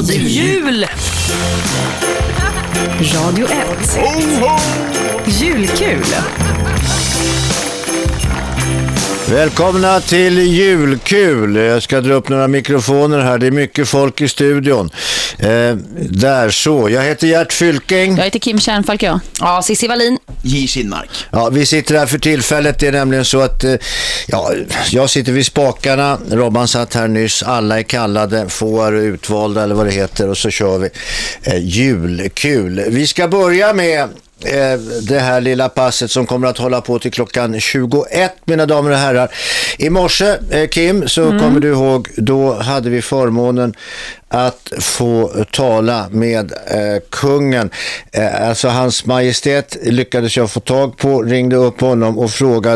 God jul! Radio 1. Julkul. Välkomna till Julkul. Jag ska dra upp några mikrofoner här. Det är mycket folk i studion. Där så. Jag heter Gert Fylking. Jag heter Kim Kärnfalk, ja. Ja, Cissi Wallin. J. Kinmark. Ja, vi sitter här för tillfället. Det är nämligen så att jag sitter vid spakarna. Robban satt här nyss. Alla är kallade, få är utvalda eller vad det heter. Och så kör vi Julkul. Vi ska börja med det här lilla passet som kommer att hålla på till klockan 21, mina damer och herrar. I morse, Kim, så kommer du ihåg, då hade vi förmånen att få tala med kungen. Alltså hans majestät lyckades jag få tag på, ringde upp honom och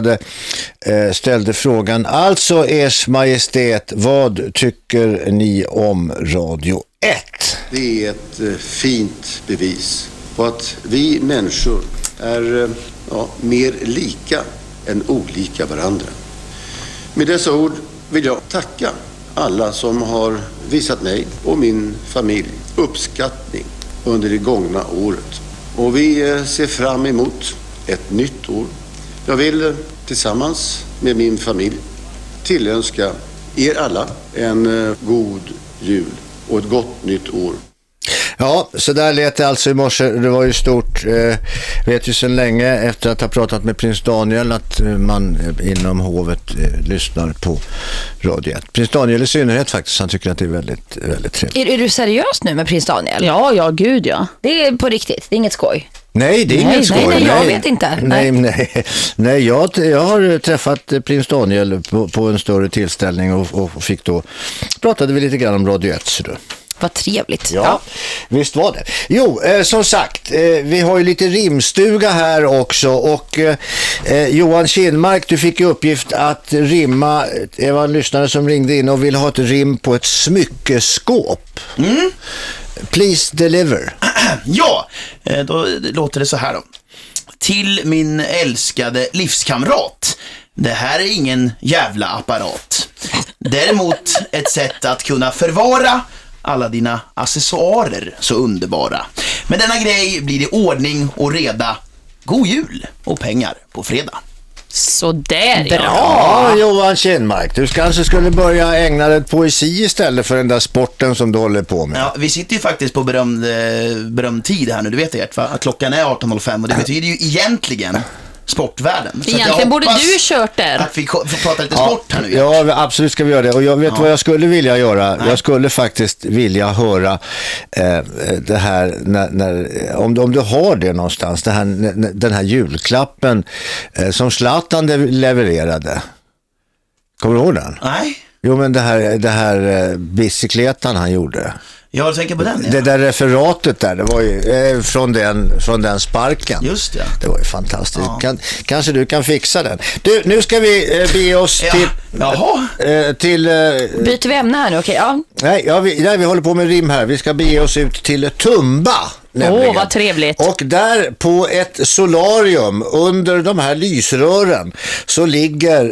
ställde frågan: alltså ers majestät, vad tycker ni om Radio 1? Det är ett fint bevis på att vi människor är mer lika än olika varandra. Med dessa ord vill jag tacka alla som har visat mig och min familj uppskattning under det gångna året. Och vi ser fram emot ett nytt år. Jag vill tillsammans med min familj tillönska er alla en god jul och ett gott nytt år. Ja, så där lät det alltså i morse. Det var ju stort. Vet ju sedan länge efter att ha pratat med prins Daniel att man inom hovet lyssnar på Radio 1. Prins Daniel i synnerhet faktiskt, han tycker att det är väldigt, väldigt trevligt. Är du seriös nu med prins Daniel? Ja, gud ja. Det är på riktigt, det är inget skoj. Nej, det är inget skoj. Nej, jag vet inte. Nej, jag har träffat prins Daniel på en större tillställning och fick då, pratade vi lite grann om Radio 1, så då. Vad trevligt. Ja, visst var det. Jo, som sagt, vi har ju lite rimstuga här också och Johan Kinmark, du fick ju uppgift att rimma. Det var en lyssnare som ringde in och ville ha ett rim på ett smyckeskåp. Please deliver. Ja, då låter det så här då. Till min älskade livskamrat. Det här är ingen jävla apparat. Däremot ett sätt att kunna förvara alla dina accessoarer så underbara. Med denna grej blir det ordning och reda. God jul och pengar på fredag. Så där, ja. Ja, Johan Kinmark, du kanske skulle börja ägna dig poesi istället för den där sporten som du håller på med. Ja, vi sitter ju faktiskt på berömd tid här nu, du vet Gert, va? Att klockan är 18.05 och det betyder ju egentligen sportvärlden. Så egentligen borde du kört där. Att vi får prata lite sport här nu. Ja, absolut ska vi göra det. Och jag vet vad jag skulle vilja göra. Nej. Jag skulle faktiskt vilja höra det här, om du har det någonstans, den här julklappen som Zlatan levererade. Kommer du ihåg den? Nej. Jo, men det här bicykletan han gjorde. Jag tänker på den, ja. Det där referatet där, det var ju från den sparken. Just det. Det var ju fantastiskt. Ja. Kanske du kan fixa den. Du, nu ska vi be oss till... Jaha. Byter vi ämne här nu, okej? Ja. Nej, vi håller på med rim här. Vi ska be oss ut till Tumba. Vad trevligt. Och där på ett solarium under de här lysrören så ligger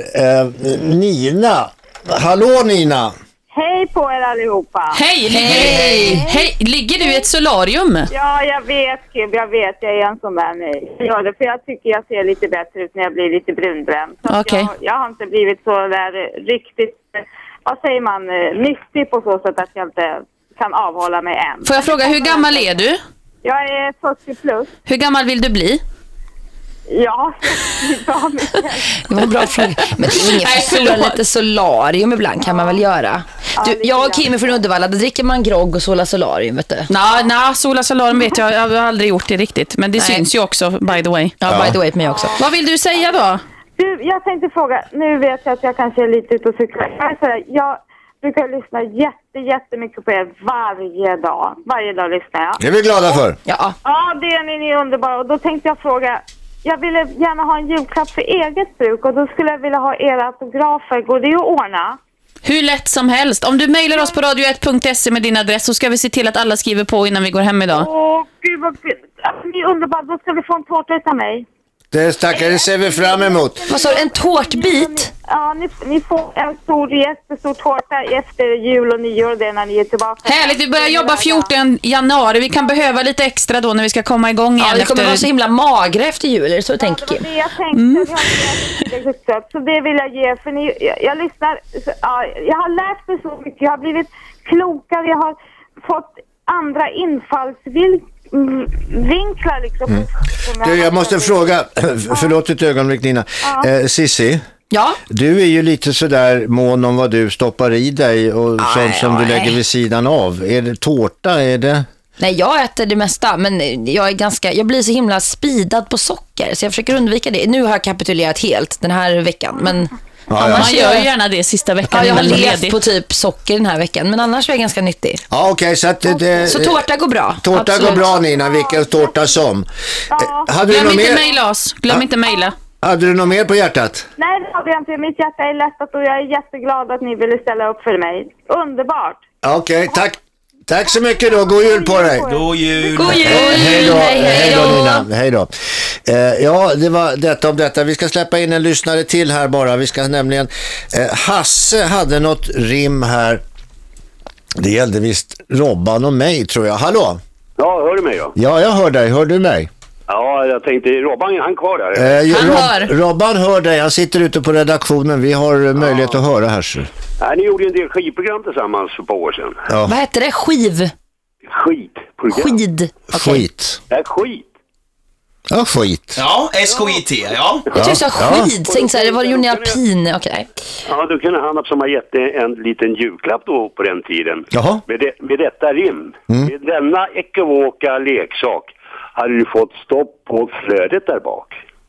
Nina. Hallå Nina. Hej på er allihopa. Hej. Ligger du i ett solarium? Ja, jag vet Kim, jag är en som är med. För jag tycker jag ser lite bättre ut när jag blir lite brunbränd. Okej. Jag har inte blivit så där riktigt, vad säger man, nyttig på så sätt att jag inte kan avhålla mig än. Får jag fråga, hur gammal är du? Jag är 40 plus. Hur gammal vill du bli? Ja, det var en bra fråga. Men det är inget för lite solarium ibland kan man väl göra. Jag och Kim är från Uddevalla, då dricker man grogg och sola solarium, vet du. Nej, sola solarium vet jag har aldrig gjort det riktigt. Men det syns ju också, by the way. Ja, by the way på mig också. Vad vill du säga då? Du, jag tänkte fråga, nu vet jag att jag kanske är lite ute och cyklar. Jag brukar lyssna jättemycket på er varje dag. Varje dag lyssnar jag. Det är vi glada för. Ja, det är ni är underbara. Och då tänkte jag fråga, jag ville gärna ha en julklapp för eget bruk och då skulle jag vilja ha era autografer. Går det att ordna? Hur lätt som helst. Om du mejlar oss på radio1.se med din adress så ska vi se till att alla skriver på innan vi går hem idag. Åh, gud vad ni är underbara. Då ska vi få en tårta av mig. Det ser vi fram emot. Vad sa du, en tårtbit? Ja, ni får en jättestor tårta efter jul och nyår det när ni är tillbaka. Härligt, vi börjar jobba 14 januari. Vi kan behöva lite extra då när vi ska komma igång igen. Ja, vi kommer vara så himla magra efter jul, är det så du tänker, Kim? Det jag tänkte, så det vill jag ge. För jag lyssnar, jag har lärt mig så mycket. Jag har blivit klokare, jag har fått andra infallsvinklar liksom. Du, jag måste fråga, förlåt ett ögonblick Nina. Sissi? Ja? Du är ju lite sådär mån om vad du stoppar i dig och sånt som du lägger vid sidan av. Är det tårta? Är det... Nej, jag äter det mesta, men jag blir så himla speedad på socker, så jag försöker undvika det. Nu har jag kapitulerat helt den här veckan, men... Man gör ju gärna det sista veckan. Ja, jag har levt på typ socker den här veckan, men annars är jag ganska nyttig. Ja, okej, så att så tårta går bra. Tårta Absolut. går bra, Nina, vilken tårta som. Glöm inte mejla oss. Glöm inte mejla. Hade du något mer på hjärtat? Nej, det hade jag inte. Mitt hjärta är lättat och jag är jätteglad att ni ville ställa upp för mig. Underbart. Okej, tack så mycket då. God jul på dig. God jul. God jul. Hej då. Hej då. Nina. Hej då. Ja, det var detta om detta. Vi ska släppa in en lyssnare till här bara. Vi ska nämligen... Hasse hade något rim här. Det gällde visst Robban och mig, tror jag. Hallå? Ja, hör du mig då? Ja, jag hör dig. Hör du mig? Ja, jag tänkte, Robban, han kvar där? Han hör. Robban hör dig. Han sitter ute på redaktionen. Vi har möjlighet att höra här. Så. Ja, ni gjorde ju en del skivprogram tillsammans för ett par år sedan. Ja. Vad heter det? Skidprogram? Skit. Ja, skit. Ja, skit. Ja, S-K-I-T, ja. Jag tycker så skid. Tänk så här, det var gjorde ni alpin. Okej. Ja, då kunde han som har gett en liten julklapp då på den tiden. Jaha. Med detta rim. Med denna ekivoka leksak hade du fått stopp på flödet där bak.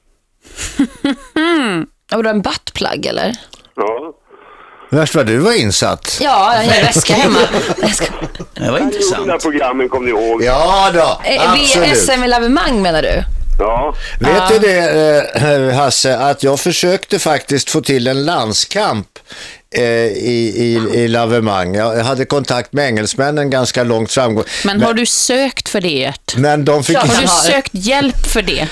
Var det en buttplug eller? Ja. Värst vad du var insatt. Ja, jag har en väska hemma. Det var De där intressant. programmen kommer ni ihåg. Ja då, absolut. SM i lavemang menar du? Ja. Vet du det, Hasse, att jag försökte faktiskt få till en landskamp i lavemang. Jag hade kontakt med engelsmännen ganska långt framgång. Men har du sökt för det, Gert? Men de fick Har du sökt hjälp för det?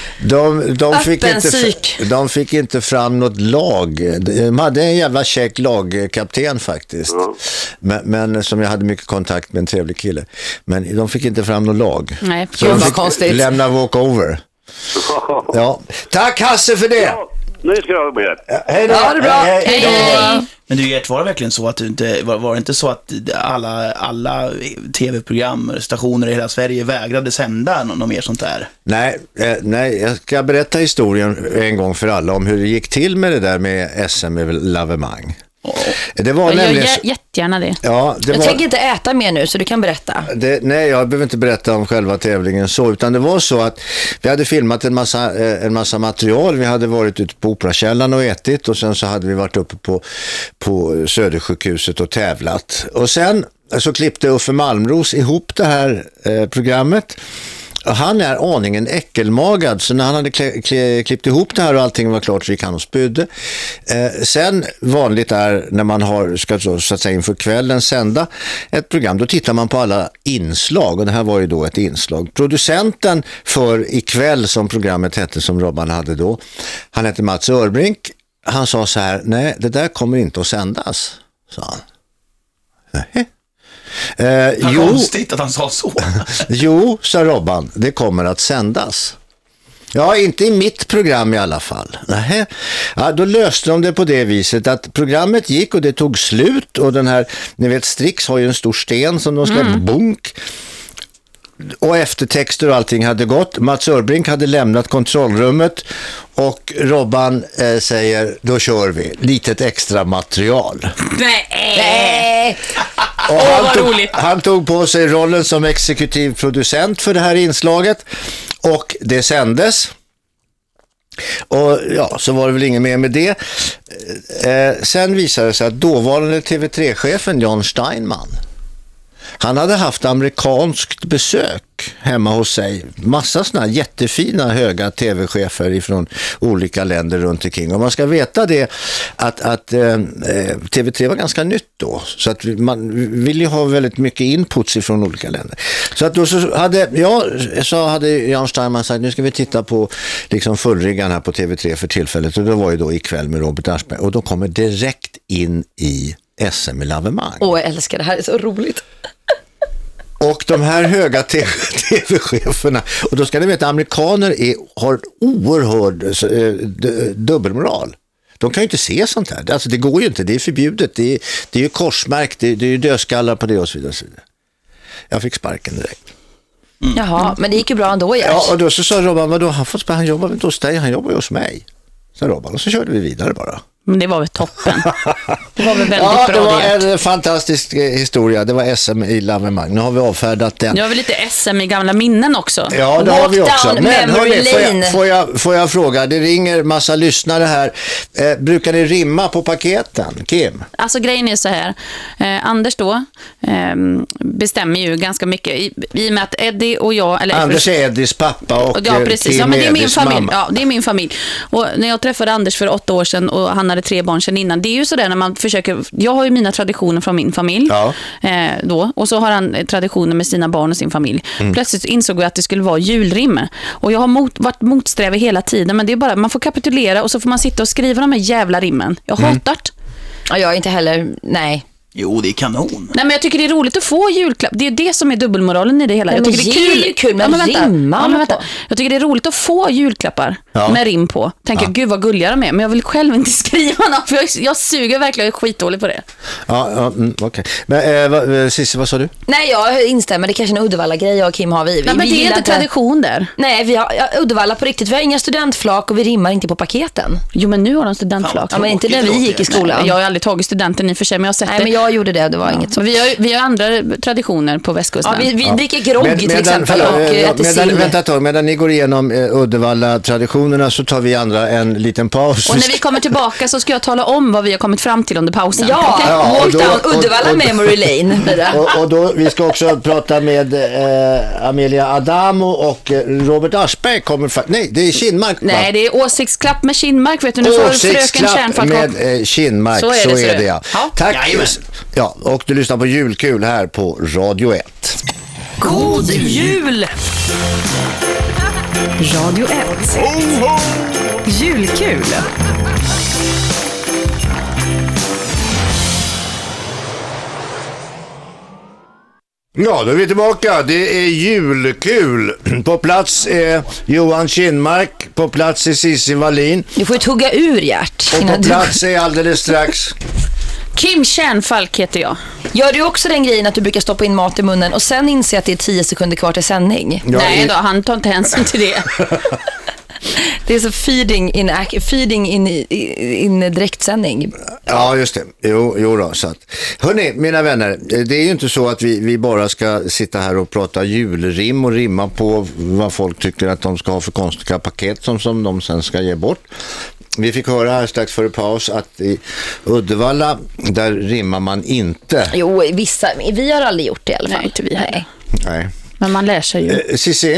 de fick inte fram något lag. De hade en jävla check lagkapten faktiskt. Ja. Men som jag hade mycket kontakt med, en trevlig kille. Men de fick inte fram något lag. Nej, Så de vad fick konstigt. lämna walkover. Ja. Tack Hasse för det. Ja, nu ska jag med. Hej då. Ja, det är bra. Hej. Men du Gert, var det verkligen så att du inte, var det inte så att alla tv-program, stationer i hela Sverige vägrade sända något mer sånt där? Nej, jag ska berätta historien en gång för alla om hur det gick till med det där med SM i lavemang. Det var Jag nämligen... gör jättegärna det. Ja, Jag tänker inte äta mer nu så du kan berätta. Nej, jag behöver inte berätta om själva tävlingen så, utan det var så att vi hade filmat en massa material. Vi hade varit ute på Operakällan och ätit och sen så hade vi varit uppe på Södersjukhuset och tävlat. Och sen så klippte Uffe Malmros ihop det här programmet. Han är aningen äckelmagad, så när han hade klippt ihop det här och allting var klart så gick han och spydde. Sen vanligt är när man ska så att säga inför kvällen sända ett program, då tittar man på alla inslag och det här var ju då ett inslag. Producenten för ikväll som programmet hette, som Robban hade då, han hette Mats Örbrink. Han sa så här: nej, det där kommer inte att sändas, sa han. Nej. Konstigt att han sa så. Jo, sa Robban, det kommer att sändas. Ja, inte i mitt program i alla fall. Nej. Ja, då löste de det på det viset att programmet gick och det tog slut och den här, ni vet, Strix har ju en stor sten som de ska bunk. Och eftertexter och allting hade gått. Mats Örbrink hade lämnat kontrollrummet och Robban säger, då kör vi. Litet extra material. Nej. Och han tog på sig rollen som exekutiv producent för det här inslaget och det sändes. Och ja, så var det väl inget mer med det. Sen visade det sig att dåvarande TV3-chefen Jan Steinman, Han hade haft amerikanskt besök hemma hos sig. Massa såna jättefina höga tv-chefer ifrån olika länder runt omkring. Och man ska veta det att TV3 var ganska nytt då. Så att man vill ju ha väldigt mycket inputs ifrån olika länder. Så att då hade Jan Steinman sagt, nu ska vi titta på liksom fullriggan här på TV3 för tillfället. Och det var ju då ikväll med Robert Aschberg. Och då kommer direkt in i SM i lavemang. Jag älskar det här, är så roligt. Och de här höga tv-cheferna, och då ska ni veta, amerikaner har oerhörd dubbelmoral. De kan ju inte se sånt här. Alltså det går ju inte, det är förbjudet. Det är ju korsmärkt, det är ju dödskallar på det och så vidare. Jag fick sparken direkt. Jaha, men det gick ju bra ändå. Ja, och då så sa Robban, vadå, han jobbar inte hos dig, han jobbar ju hos mig. Så Robban, och så körde vi vidare bara. Men det var väl toppen. Det var väl väldigt bra. Det var en fantastisk historia. Det var SM i lavemang. Nu har vi avfärdat den. Nu har vi lite SM i gamla minnen också. Ja, det har vi också. Men hörni, får jag fråga, det ringer massa lyssnare här. Brukar ni rimma på paketen, Kim? Alltså grejen är så här. Anders då bestämmer ju ganska mycket i och med att Eddie och jag... Anders är Eddies pappa och ja, precis. Kim men det är min familj. mamma. Ja, det är min familj. Och när jag träffade Anders för 8 år sedan och han hade 3 barn sedan innan. Det är ju sådär när man försöker... Jag har ju mina traditioner från min familj. Ja. Då. Och så har han traditioner med sina barn och sin familj. Plötsligt insåg jag att det skulle vara julrim. Och jag har varit motsträvig hela tiden. Men det är bara, man får kapitulera och så får man sitta och skriva de här jävla rimmen. Jag hatar det. Ja, jag är inte heller... Nej. Jo, det är kanon. Nej, men jag tycker det är roligt att få julklapp. Det är det som är dubbelmoralen i det hela. Jag tycker det är kul med rimma. Jag tycker det är roligt att få julklappar med rim på. Tänker, gud vad gulliga de är. Men jag vill själv inte skriva något. För jag suger verkligen skitdåligt på det. Okej. Men Cissi, vad sa du? Nej, jag instämmer. Det är kanske en Uddevalla-grej jag och Kim har. Nej, men det är inte tradition där. Nej, vi har Uddevalla på riktigt. Vi har inga studentflak och vi rimmar inte på paketen. Jo, men nu har de studentflak. Ja, men inte när vi gick i skolan. Nej, jag har aldrig tagit studenten i och för sig, men jag har sett det. Men jag gjorde det var inget så. Vi har andra traditioner på västkusten. Ja, vi dricker grogg till exempel och äter sill. Vänta ett tag, medan ni går igenom Uddevalla-traditionerna så tar vi andra en liten paus. Och när vi kommer tillbaka så ska jag tala om vad vi har kommit fram till under pausen. Walk down Uddevalla Memory Lane. Och då, vi ska också prata med Amelia Adamo och Robert Aschberg kommer nej, det är Kinmark. Nej, det är åsiktsklapp med Kinmark, vet du. Nu får fröken Kärnfalk med Kinmark, så är det. Ja. Tack. Ja, och du lyssnar på Julkul här på Radio 1. God jul! Radio 1. Julkul. Ja, då är vi tillbaka. Det är Julkul. På plats är Johan Kinmark. På plats är Cissi Wallin. Du får ju tugga ur, Gert. Och på plats är alldeles strax Kim Kärnfalk heter jag. Gör du också den grejen att du brukar stoppa in mat i munnen och sen inse att det är 10 sekunder kvar till sändning? Ja, nej då, han tar inte hänsyn till det. Det är så feeding in direktsändning. Ja, just det. Jo då, så att. Hörrni, mina vänner, det är ju inte så att vi bara ska sitta här och prata julrim och rimma på vad folk tycker att de ska ha för konstiga paket som de sen ska ge bort. Vi fick höra här strax före paus att i Uddevalla, där rimmar man inte. Jo, vi har aldrig gjort det i alla fall. Nej, inte vi heller. Nej. Men man lär sig ju. Cissi,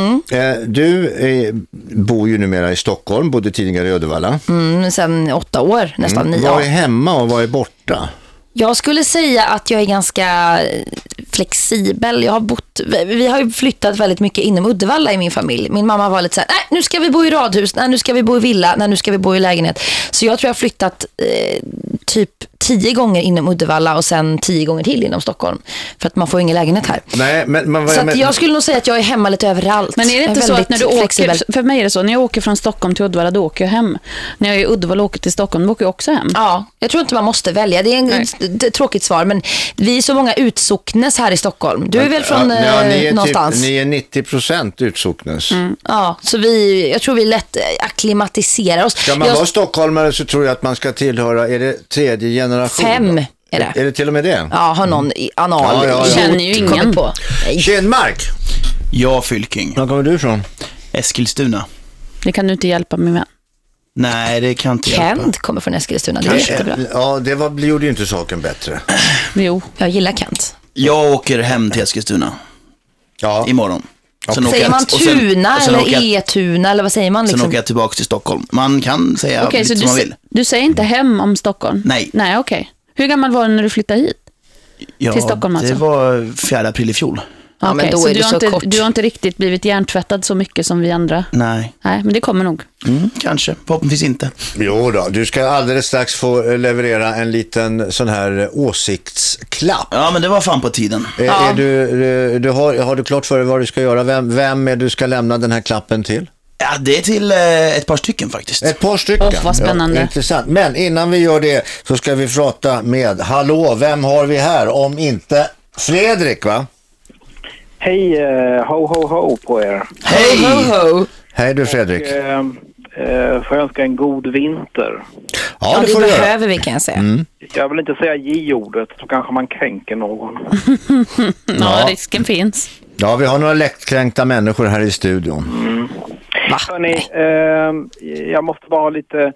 du bor ju numera i Stockholm, bodde tidigare i Uddevalla. Sen 8 år, nästan 9 år. Vad är hemma och vad är borta? Jag skulle säga att jag är ganska flexibel. Vi har ju flyttat väldigt mycket inom Uddevalla i min familj. Min mamma var lite så här, nej, nu ska vi bo i radhus, nej, nu ska vi bo i villa, nej, nu ska vi bo i lägenhet. Så jag tror jag har flyttat typ 10 gånger inom Uddevalla och sen 10 gånger till inom Stockholm. För att man får ingen lägenhet här. Nej, så att jag skulle nog säga att jag är hemma lite överallt. Men är det inte så att när du åker, för mig är det så, när jag åker från Stockholm till Uddevalla, då åker jag hem. När jag är i Uddevalla och åker till Stockholm, då åker jag också hem. Ja, jag tror inte man måste välja. Det är ett tråkigt svar, men vi är så många utsocknes här i Stockholm. Du är väl från någonstans? Ni är 90% utsocknes. Ja, så jag tror vi lätt akklimatiserar oss. Ska man vara stockholmare så tror jag att man ska tillhöra, är det 3:e generation? 5 är det. Är det till och med det? Ja, har någon anal. Ja. Känner ju ingen på. Kinmark. Ja, Fylking. Var kommer du ifrån? Eskilstuna. Det kan du inte hjälpa mig med. Nej, det kan inte hjälpa. Kent kommer från Eskilstuna. Det är jättebra. Ja, det gjorde ju inte saken bättre. Jo. Jag gillar Kent. Jag åker hem till Eskilstuna. Ja. Imorgon. Okay. Säger man Tuna eller E-Tuna eller vad säger man? Liksom? Sen åker jag tillbaka till Stockholm. Man kan säga Okej, så som man vill. Du säger inte hem om Stockholm? Nej. Nej, okej. Hur gammal var du när du flyttade hit? Till Stockholm alltså? Det var 4 april i fjol. Ja, men då så är det så kort. Du har inte riktigt blivit hjärntvättad så mycket som vi andra? Nej. Nej, men det kommer nog. Kanske, förhoppningsvis inte. Jo då, du ska alldeles strax få leverera en liten sån här åsiktsklapp. Ja, men det var fan på tiden. Har du klart för dig vad du ska göra? Vem är du ska lämna den här klappen till? Ja, det är till ett par stycken faktiskt. Ett par stycken? Vad spännande. Ja, intressant. Men innan vi gör det så ska vi prata med, hallå, vem har vi här? Om inte Fredrik, va? Hej, ho ho ho på er. Hej! Ho, ho. Hej du Fredrik. Får jag önska en god vinter. Ja, det får du behöver göra. vi kan jag säga. Jag vill inte säga J-ordet, så kanske man kränker någon. Ja, risken finns. Ja, vi har några lättkränkta människor här i studion. Hörrni, jag måste bara ha lite...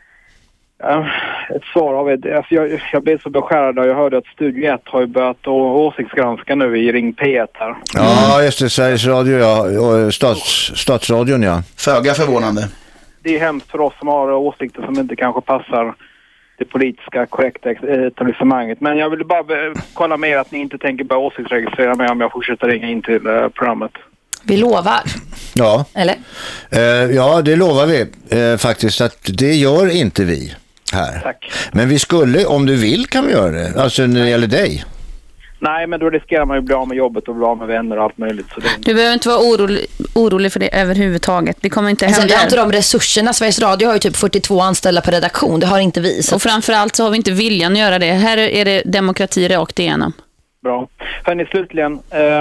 ett svar av er. Alltså jag blev så beskärrad när jag hörde att Studio 1 har ju börjat åsiktsgranska nu i Ring P1 här. Ja, just det. Sveriges Radio, ja. Och Statsradion, ja. Föga förvånande. Det är hemskt för oss som har åsikter som inte kanske passar det politiska korrekta etablissemanget. Men jag vill bara kolla med er att ni inte tänker börja åsiktsregistrera mig om jag fortsätter ringa in till programmet. Vi lovar. Ja. Eller? Ja, det lovar vi faktiskt att det gör inte vi här. Tack. Men vi skulle, om du vill kan vi göra det. Alltså när det gäller dig. Nej, men då riskerar man ju att bli av med jobbet och bli av med vänner och allt möjligt. Så det... Du behöver inte vara orolig för det överhuvudtaget. Det kommer inte hända. Sen vi har inte de resurserna. Sveriges Radio har ju typ 42 anställda per redaktion. Det har inte vi. Så. Och framförallt så har vi inte viljan att göra det. Här är det demokrati rakt igenom. Bra. Hörrni, slutligen.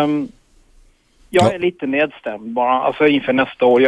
Jag är lite nedstämd bara. Alltså inför nästa år.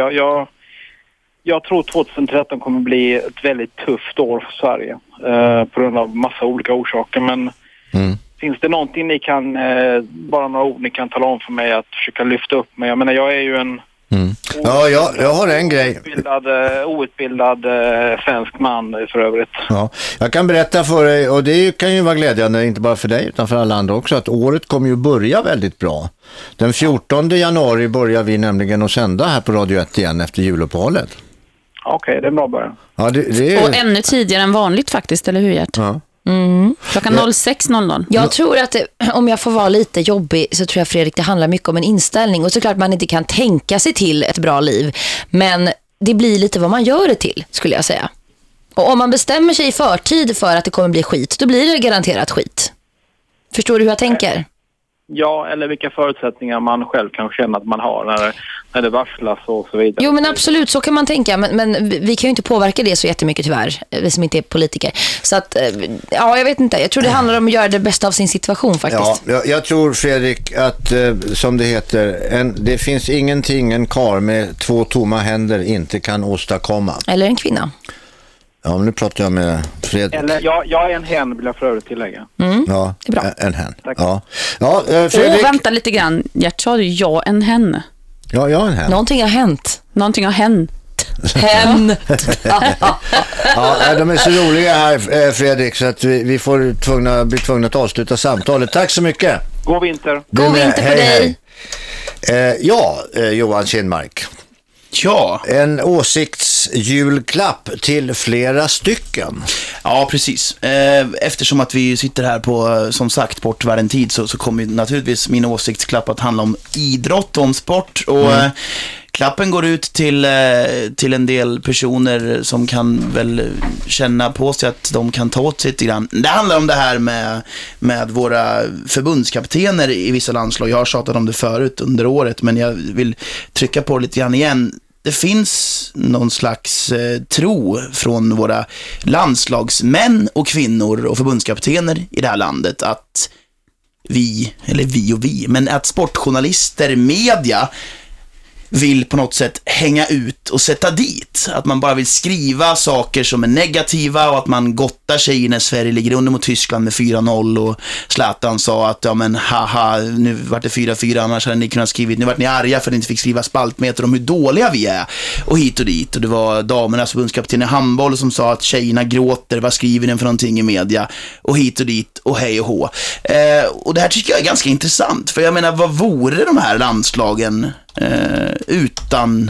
Jag tror 2013 kommer bli ett väldigt tufft år för Sverige. På grund av massa olika orsaker. Men finns det någonting ni kan, bara några ord ni kan tala om för mig att försöka lyfta upp mig? Jag menar, jag är ju en Ja, jag har en grej. Outbildad svensk man för övrigt. Ja, jag kan berätta för dig, och det kan ju vara glädjande, inte bara för dig utan för alla andra också, att året kommer ju börja väldigt bra. Den 14 januari börjar vi nämligen att sända här på Radio 1 igen efter juluppehållet. Okej, det är bra början. Ja, det är... Och ännu tidigare än vanligt faktiskt, eller hur Gert? Ja. Klockan 06.00. Jag tror att om jag får vara lite jobbig så tror jag, Fredrik, det handlar mycket om en inställning. Och såklart man inte kan tänka sig till ett bra liv. Men det blir lite vad man gör det till, skulle jag säga. Och om man bestämmer sig i förtid för att det kommer bli skit, då blir det garanterat skit. Förstår du hur jag tänker? Ja, eller vilka förutsättningar man själv kan känna att man har när det varslas och så vidare. Jo, men absolut, så kan man tänka. Men vi kan ju inte påverka det så jättemycket tyvärr, vi som inte är politiker. Så att, ja, jag vet inte. Jag tror det handlar om att göra det bästa av sin situation faktiskt. Ja, jag tror, Fredrik, att som det heter, det finns ingenting en karl med 2 tomma händer inte kan åstadkomma. Eller en kvinna. Ja, men nu pratar jag med Fredrik. Eller, jag är en hen, vill jag för övrigt tillägga. Ja, det är bra. En hen. Tack. Ja, Fredrik. Vänta lite grann. Gert, sa du ja, en hen? Ja, jag är en hen. Någonting har hänt. Någonting har hänt. Hen. Ja, de är så roliga här, Fredrik, så att vi får bli tvungna att avsluta samtalet. Tack så mycket. God vinter. God vinter på dig. Johan Kinmark. Ja. En åsiktsjulklapp till flera stycken. Ja, precis. Eftersom att vi sitter här på, som sagt, Sportvärlden tid så kommer naturligtvis min åsiktsklapp att handla om idrott, om sport. Och klappen går ut till en del personer som kan väl känna på sig att de kan ta åt sig lite grann. Det handlar om det här med våra förbundskaptener i vissa landslag. Jag har tjatat om det förut under året, men jag vill trycka på lite grann igen. Det finns någon slags tro från våra landslagsmän och kvinnor och förbundskaptener i det här landet att men att sportjournalister, media vill på något sätt hänga ut och sätta dit. Att man bara vill skriva saker som är negativa och att man gottar sig när Sverige ligger under mot Tyskland med 4-0 och Zlatan sa att ja men haha, nu vart det 4-4, annars hade ni kunnat skrivit, nu vart ni arga för att ni inte fick skriva spaltmeter om hur dåliga vi är och hit och dit. Och det var damernas förbundskapten i handboll som sa att tjejerna gråter, vad skriver ni för någonting i media och hit och dit och hej och hå. Och det här tycker jag är ganska intressant, för jag menar, vad vore de här landslagen utan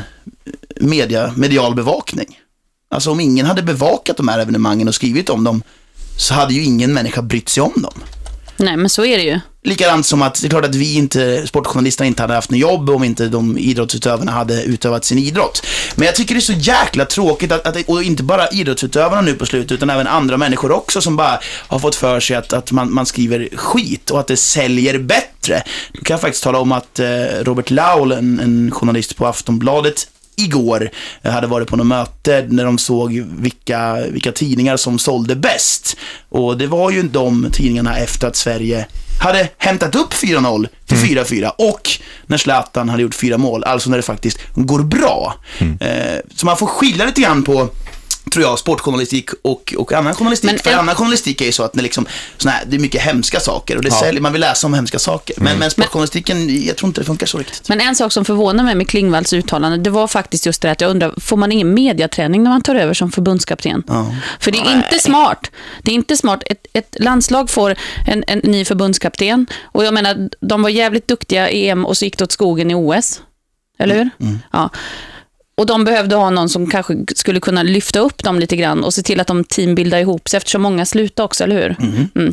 medial bevakning? Alltså om ingen hade bevakat de här evenemangen och skrivit om dem, så hade ju ingen människa brytt sig om dem. Nej, men så är det ju. Likadant som att det är klart att vi inte, sportjournalisterna, inte hade haft något jobb om inte de idrottsutövarna hade utövat sin idrott. Men jag tycker det är så jäkla tråkigt att och inte bara idrottsutövarna nu på slutet, utan även andra människor också som bara har fått för sig att man skriver skit och att det säljer bättre. Du kan faktiskt tala om att Robert Laul, en journalist på Aftonbladet, igår hade varit på något möte när de såg vilka tidningar som sålde bäst. Och det var ju de tidningarna efter att Sverige hade hämtat upp 4-0 till 4-4 och när Zlatan hade gjort 4 mål, alltså när det faktiskt går bra. Så man får skilja lite grann på, tror jag, sportjournalistik och annan journalistik. Men, för annan journalistik är ju så att det, liksom, det är mycket hemska saker och det säljer, man vill läsa om hemska saker. Men sportjournalistiken, jag tror inte det funkar så riktigt. Men en sak som förvånar mig med Klingvalls uttalande, det var faktiskt just det att jag undrar, får man ingen mediaträning när man tar över som förbundskapten? För det är inte smart. Det är inte smart. Ett landslag får en ny förbundskapten och jag menar, de var jävligt duktiga i EM och så gick det åt skogen i OS. Eller hur? Ja. Och de behövde ha någon som kanske skulle kunna lyfta upp dem lite grann och se till att de teambildar ihop sig eftersom många slutar också, eller hur?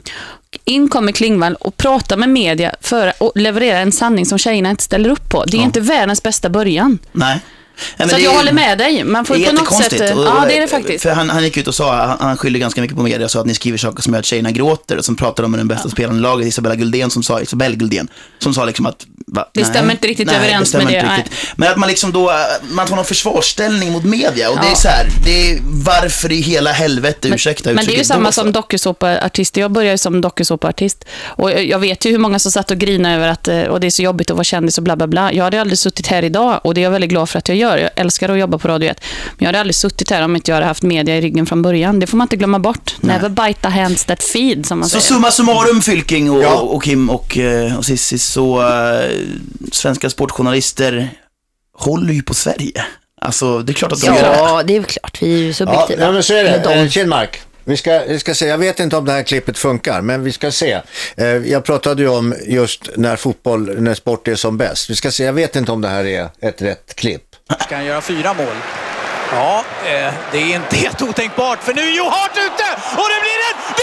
In kommer Klingvall och pratar med media för att leverera en sanning som tjejerna inte ställer upp på. Det är inte världens bästa början. Nej. Så att jag håller med dig. Man får på något sätt... Ja, det är det faktiskt. För han gick ut och sa, han skyller ganska mycket på media och sa att ni skriver saker som gör att tjejerna gråter och som pratade om den bästa spelaren i laget, Isabella Guldén, som sa liksom att det stämmer inte riktigt överens med det. Men att man liksom då, man tar någon försvarsställning mot media och det är så här, det är varför i hela helvete, ursäkta. Men det är ju samma som dokusåpaartist. Jag började som dokusåpaartist och jag vet ju hur många som satt och grinade över att och det är så jobbigt att vara kändis och bla bla bla. Jag hade aldrig suttit här idag och det är jag väldigt glad för att jag gör. Jag älskar att jobba på Radio 1. Men jag hade aldrig suttit här om inte jag hade haft media i ryggen från början. Det får man inte glömma bort. Never bite the hands that feed, som man säger. Så summa summarum, Fylking och Kim och Cissi, så svenska sportjournalister håller ju på Sverige. Alltså, det är klart att de gör det. Ja, det är klart. Vi är ju subjektiva. Ja, men så är det. Kjellmark. Vi ska se, jag vet inte om det här klippet funkar, men vi ska se. Jag pratade ju om just när sport är som bäst. Vi ska se, jag vet inte om det här är ett rätt klipp. Ska han göra 4 mål? Ja, det är inte helt otänkbart, för nu är Joe Hart ute och det blir mål!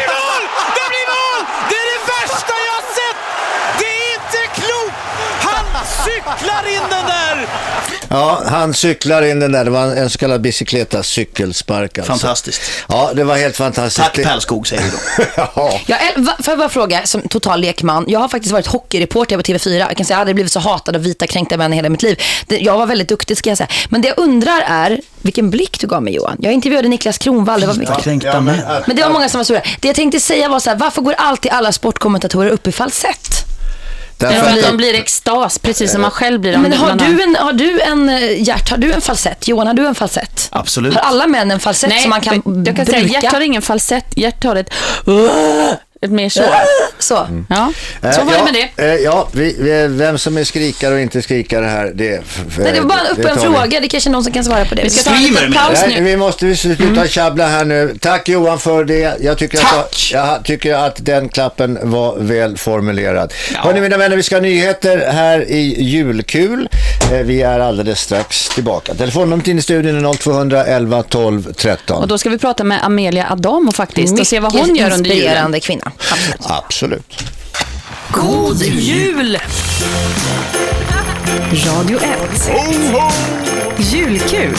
Det blir mål! Det är det värsta jag har sett! Det är inte klokt! Han cyklar in den där! Ja, han cyklar in den där. Det var en så kallad bicykleta cykelspark. Alltså. Fantastiskt. Ja, det var helt fantastiskt. Tack Pärlskog, säger du då. Ja. Får jag bara fråga, som total lekman, jag har faktiskt varit hockeyreporter på TV4. Jag kan säga att jag hade blivit så hatad av vita kränkta män hela mitt liv. Jag var väldigt duktig, ska jag säga. Men det jag undrar är, vilken blick du gav mig, Johan. Jag intervjuade Niklas Kronwall. Det var mycket. Men det var många som var sura. Det jag tänkte säga var så här, varför går alltid alla sportkommentatorer upp i falsett? De blir extas, precis som man själv blir. Men har du en falsett? Johan, har du en falsett? Absolut. Har alla män en falsett? Nej, som man kan bruka? Säga, Gert har ingen falsett. Gert har ett mer så. Så. Ja. Så var det med det. Vem som är skrikare och inte skrikare här, det var bara en fråga. Det kanske någon som kan svara på det. Vi ska ta en liten paus nu. Vi måste sluta tjabbla här nu. Tack Johan för det. Jag tycker att den klappen var väl formulerad. Ja. Hörrni mina vänner, vi ska ha nyheter här i Julkul. Vi är alldeles strax tillbaka. Telefonnumret in i studion är 0200 11 12 13. Och då ska vi prata med Amelia Adamo faktiskt och se vad hon gör under julen. Kvinna. Absolut. God jul! Radio 1. Julkul.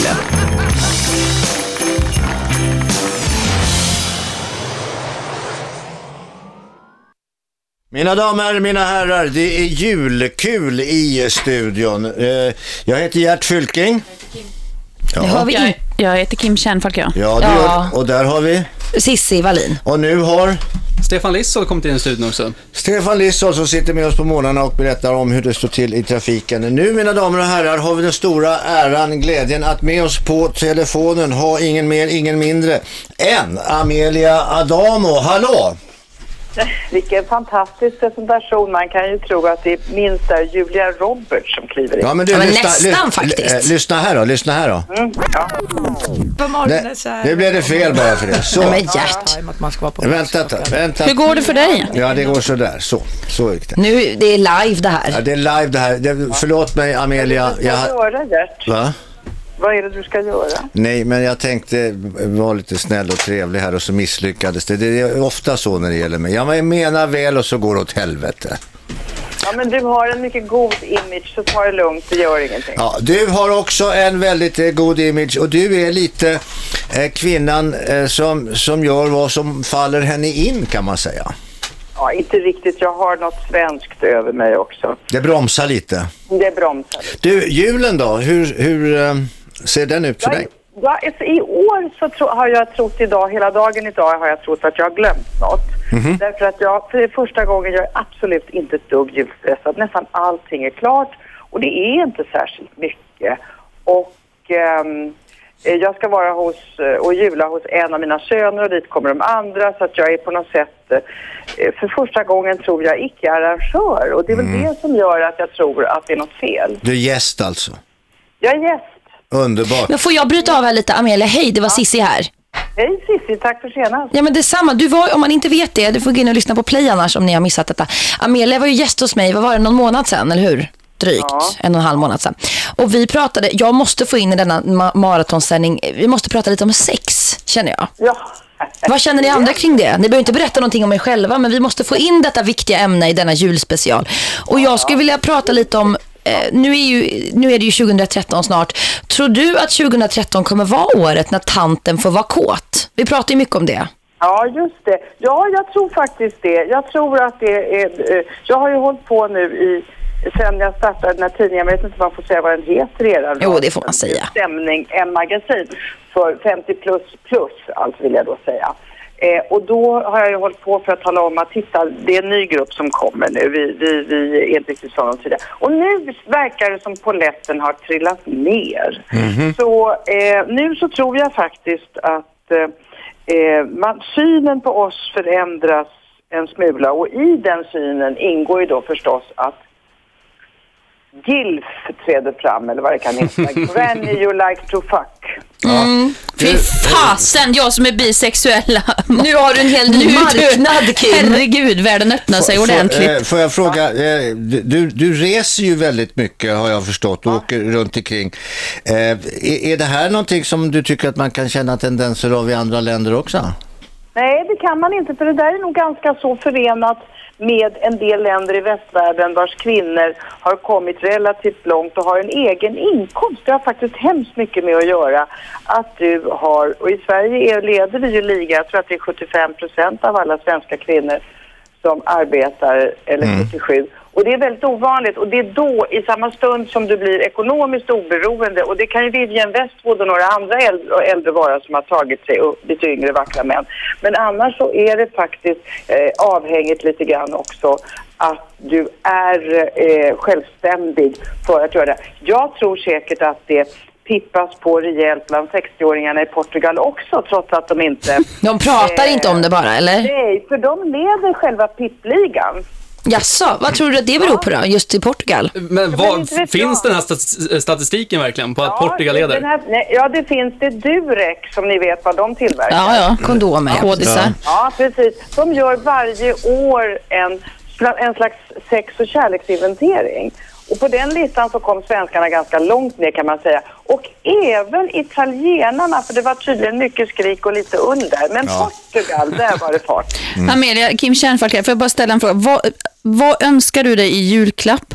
Mina damer, mina herrar, det är julkul i studion. Jag heter Gert Fylking. Ja. Jag heter Kim Kärnfalk. Ja, och där har vi Cissi Wallin. Och nu har Stefan Lissol kom till en studion också. Stefan Lissol som sitter med oss på morgnarna och berättar om hur det står till i trafiken. Nu, mina damer och herrar, har vi den stora äran, glädjen att med oss på telefonen ha ingen mer, ingen mindre än Amelia Adamo. Hallå! Vilken fantastisk presentation. Man kan ju tro att det minst är Julia Roberts som kliver in. Ja, men du, nästan faktiskt. Lyssna här då. Ja. Nu blev det fel bara för det. Så. Men hjärt. Vänta. Hur går det för dig? Ja, det går så där. Så gick det. Nu, det är live det här. Ja, det är live det här. Förlåt mig, Amelia. Vad ska du göra, Gert? Va? Vad är det du ska göra? Nej, men jag tänkte vara lite snäll och trevlig här och så misslyckades det. Det är ofta så när det gäller mig. Jag menar väl och så går det åt helvete. Ja, men du har en mycket god image, så ta det lugnt, det gör ingenting. Ja, du har också en väldigt god image och du är lite kvinnan som gör vad som faller henne in, kan man säga. Ja, inte riktigt. Jag har något svenskt över mig också. Det bromsar lite. Det bromsar lite. Du, julen då? Hur ser den ut för dig? Ja, i år så har jag trott hela dagen idag har jag trott att jag har glömt något. Mm-hmm. Därför att för det första gången jag är absolut inte ett dugg julstressad. Nästan allting är klart och det är inte särskilt mycket. Och jag ska vara och jula hos en av mina söner och dit kommer de andra, så att jag är på något sätt för första gången tror jag icke-arrangör, och det är väl det som gör att jag tror att det är något fel. Du är gäst alltså? Jag är gäst. Underbart. Men får jag bryta av här lite, Amelia? Hej, det var Sissi här. Hej Sissi, tack för senast. Ja, men detsamma. Du var, om man inte vet det, du får gå in och lyssna på Play annars om ni har missat detta. Amelia var ju gäst hos mig, vad var det, någon månad sedan, eller hur? Drygt, 1,5 månad sedan. Och vi pratade, jag måste få in i denna maratonsändning, vi måste prata lite om sex, känner jag. Ja. Vad känner ni andra kring det? Ni behöver inte berätta någonting om er själva, men vi måste få in detta viktiga ämne i denna julspecial. Och jag skulle vilja prata lite om, nu är det ju 2013 snart. Tror du att 2013 kommer vara året när tanten får vara kåt? Vi pratar ju mycket om det. Ja, just det. Ja, jag tror faktiskt det. Jag tror att det är... Jag har ju hållit på nu sen jag startade den här tidningen, jag vet inte vad man får säga vad den heter redan. Jo, det får man säga. Stämning, en magasin för 50 plus, allt vill jag då säga. Och då har jag ju hållit på för att tala om att titta, det är en ny grupp som kommer nu. Vi är inte riktigt sådana tider. Och nu verkar det som poletten har trillat ner. Mm-hmm. Så nu så tror jag faktiskt att synen på oss förändras en smula. Och i den synen ingår ju då förstås att GILF träder fram, eller vad det kan heta. Granny you like to fuck. Fy fasen, jag som är bisexuella. Nu har du en hel ny marknad, Kim. Herregud, världen öppnar sig ordentligt. Får jag fråga, du reser ju väldigt mycket, har jag förstått, och åker runt omkring. Är det här någonting som du tycker att man kan känna tendenser av i andra länder också? Nej, det kan man inte, för det där är nog ganska så förenat med en del länder i västvärlden vars kvinnor har kommit relativt långt och har en egen inkomst. Det har faktiskt hemskt mycket med att göra att du har, och i Sverige leder vi ju liga, jag tror att det är 75% av alla svenska kvinnor som arbetar, eller 77%. Och det är väldigt ovanligt, och det är då i samma stund som du blir ekonomiskt oberoende, och det kan ju Vivienne Westwood och några andra äldre vara som har tagit sig upp lite yngre vackra män. Men annars så är det faktiskt avhängigt lite grann också att du är självständig för att göra det. Jag tror säkert att det pippas på rejält bland 60-åringarna i Portugal också, trots att de inte... De pratar inte om det bara, eller? Nej, för de leder själva pippligan. Jaså, vad tror du att det beror på då, just i Portugal? Men finns den här statistiken verkligen på att Portugal leder? Ja, det finns det Durek, som ni vet vad de tillverkar. Ja, kondomer. Kodisar. Ja, precis. De gör varje år en slags sex- och kärleksinventering. Och på den listan så kom svenskarna ganska långt ner, kan man säga. Och även italienarna, för det var tydligen mycket skrik och lite under. Men Portugal, där var det fart. Amelia, Kim Kärnfalk, får jag bara ställa en fråga. Vad önskar du dig i julklapp?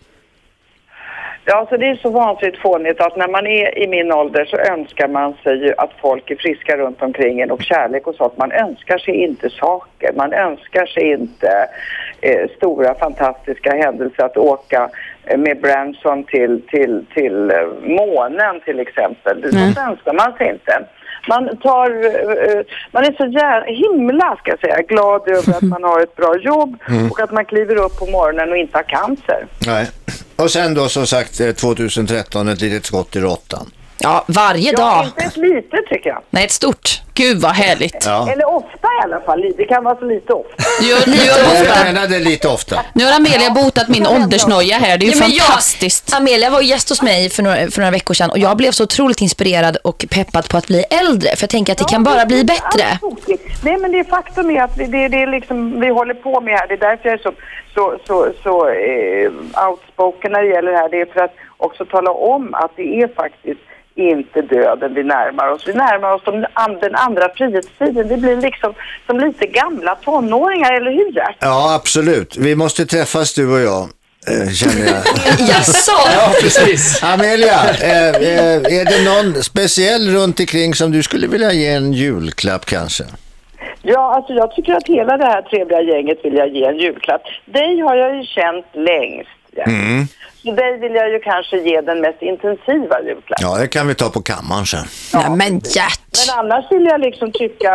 Ja, så det är så vansinnigt fånigt att när man är i min ålder så önskar man sig ju att folk är friska runt omkring en och kärlek och sånt. Man önskar sig inte saker, man önskar sig inte stora fantastiska händelser, att åka med Branson till månen till exempel. Det önskar man sig inte. Man är så himla, ska jag säga, glad över att man har ett bra jobb och att man kliver upp på morgonen och inte har cancer. Nej. Och sen då som sagt 2013 ett litet skott i råttan. Ja, varje dag. Ja, inte ett litet tycker jag. Nej, ett stort. Gud vad härligt. Ja. Eller ofta i alla fall. Det kan vara så lite ofta. Jag menade lite ofta. Nu har Amelia botat min åldersnoja här. Det är ju fantastiskt. Amelia var gäst hos mig för några veckor sedan och jag blev så otroligt inspirerad och peppad på att bli äldre. För jag tänker att det kan bara bli bättre. Nej, men det är faktum är att det är liksom vi håller på med här. Det är därför jag är så outspoken när det gäller det här. Det är för att också tala om att det är faktiskt inte döden vi närmar oss. Vi närmar oss den andra frihetstiden. Det blir liksom som lite gamla tonåringar, eller hur, Gert? Ja, absolut. Vi måste träffas du och jag, känner jag. Jaså? Ja, precis. Amelia, är det någon speciell runt omkring som du skulle vilja ge en julklapp kanske? Ja, alltså jag tycker att hela det här trevliga gänget vill jag ge en julklapp. Dig har jag ju känt längst. Ja. Så dig vill jag ju kanske ge den mest intensiva julklappen. Ja, det kan vi ta på kammaren sen. Ja, men Gert. Men annars vill jag liksom tycka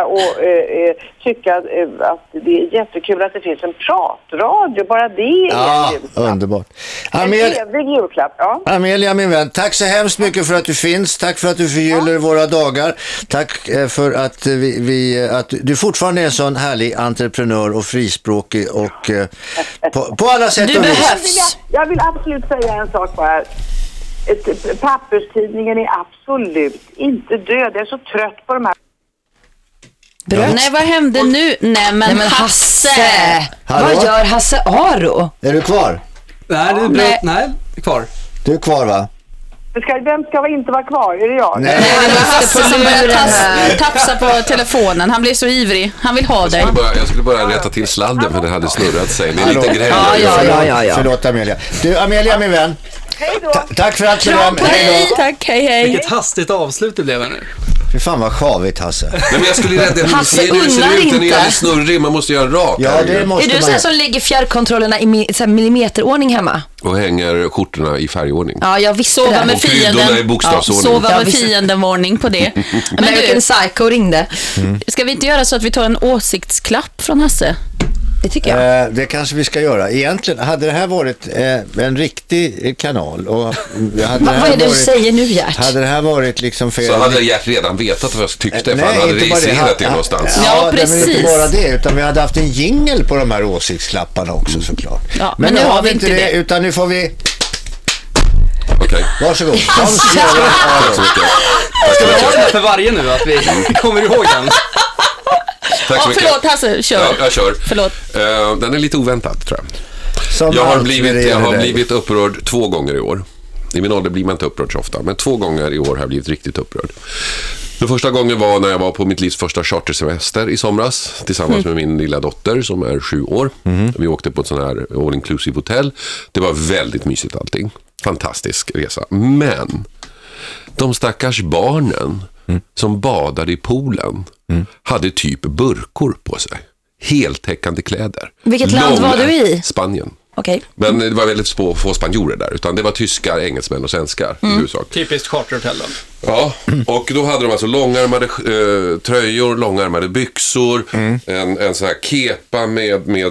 att det är jättekul att det finns en pratradio. Bara det är en julklapp. Underbart. En trevlig julklapp, ja. Amelia, min vän, tack så hemskt mycket för att du finns. Tack för att du förgyller våra dagar. Tack för att att du fortfarande är en sån härlig entreprenör och frispråkig och på alla sätt du och vis. behövs. Jag vill absolut säga en sak bara. Papperstidningen är absolut inte död. Jag är så trött på de här. Nej, vad hände nu? Nej, men Hasse! Hallå? Vad gör Hasse Aro? Är du kvar? Nej, det är bra. Nej, kvar. Du är kvar, va? Vem ska inte vara kvar? Är det jag? Nej. Det var Hasse som började tafsa på telefonen. Han blev så ivrig. Han vill ha dig. Jag skulle bara rätta till sladden för det hade snurrat sig. Det är lite grej. Ja. Förlåt, Amelia. Du, Amelia, min vän. Hej då. Tack för allt. Hej, tack, hej. Vilket hastigt avslut det blev här nu. Fy fan vad sjavigt, Hasse. Nej, men jag skulle rädda Hasse ser ut. Den är alldeles snurrig. Man måste göra en rak. Ja, det måste är du sån som lägger fjärrkontrollerna i millimeterordning hemma? Och hänger skjortorna i färgordning. Ja, jag visste Sova det. med Och kryddorna i fienden. bokstavsordning. Sova med fienden-varning på det. Men American Psycho ringde. Ska vi inte göra så att vi tar en åsiktsklapp från Hasse? Det tycker jag. Det kanske vi ska göra. Egentligen hade det här varit en riktig kanal. Och vad är det du säger nu, Gert? Hade det här varit liksom fel... Så hade Gert redan vetat vad jag tyckte, för han hade registrerat det någonstans. Ja, precis. Men inte bara det, utan vi hade haft en jingle på de här åsiktsklapparna också såklart. Ja, men nu har vi inte det, utan nu får vi... Okej. Varsågod. Tack så mycket. Ska vi ha det för varje nu, att vi kommer ihåg den? Tack så mycket. Förlåt Hasse, kör. Ja, jag kör. Förlåt. Den är lite oväntad, tror jag. Jag har blivit upprörd 2 gånger i år. I min ålder blir man inte upprörd så ofta, men 2 gånger i år har jag blivit riktigt upprörd. Den första gången var när jag var på mitt livs första chartersemester i somras tillsammans med min lilla dotter som är 7 år. Vi åkte på ett sån här all-inclusive hotell. Det var väldigt mysigt allting. Fantastisk resa. Men de stackars barnen som badade i poolen hade typ burkor på sig. Heltäckande kläder. Vilket land var du i? Spanien. Okay. Men det var väldigt få spanjorer där, utan det var tyskar, engelsmän och svenskar i huvudsak. Typiskt charterhotell. Ja, och då hade de alltså långärmade tröjor, långärmade byxor, en sån här kepa med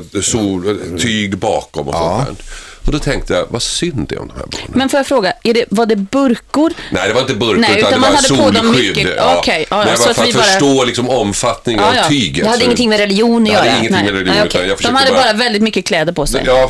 tyg bakom och sånt där. Och då tänkte jag, vad synd det är om de här barnen. Men får jag fråga, var det burkor? Nej, det var inte burkor, nej, utan det var solskydd. Men det var för att förstå liksom omfattningen av tyget. Det hade ingenting med religion att göra. Det hade ingenting med religion, utan jag de hade bara väldigt mycket kläder på sig. Ja,